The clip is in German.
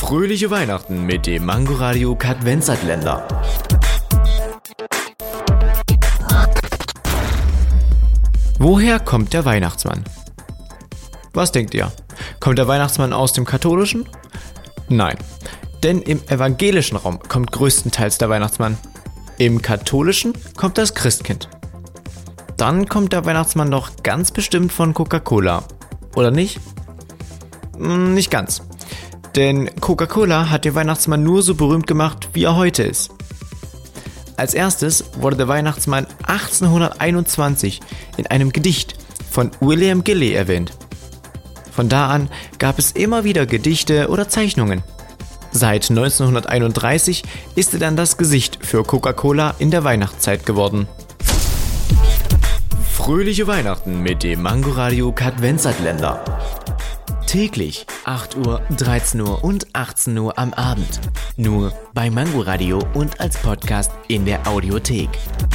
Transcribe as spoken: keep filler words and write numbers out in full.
Fröhliche Weihnachten mit dem Mangoradio Kadventsatländer. Woher kommt der Weihnachtsmann? Was denkt ihr? Kommt der Weihnachtsmann aus dem Katholischen? Nein, denn im evangelischen Raum kommt größtenteils der Weihnachtsmann. Im Katholischen kommt das Christkind. Dann kommt der Weihnachtsmann doch ganz bestimmt von Coca-Cola, oder nicht? Nicht ganz, denn Coca-Cola hat den Weihnachtsmann nur so berühmt gemacht, wie er heute ist. Als erstes wurde der Weihnachtsmann achtzehnhunderteinundzwanzig in einem Gedicht von William Gilley erwähnt. Von da an gab es immer wieder Gedichte oder Zeichnungen. Seit neunzehnhunderteinunddreißig ist er dann das Gesicht für Coca-Cola in der Weihnachtszeit geworden. Fröhliche Weihnachten mit dem Mangoradio Kadventsatländer. Täglich acht Uhr, dreizehn Uhr und achtzehn Uhr am Abend. Nur bei Mangoradio und als Podcast in der Audiothek.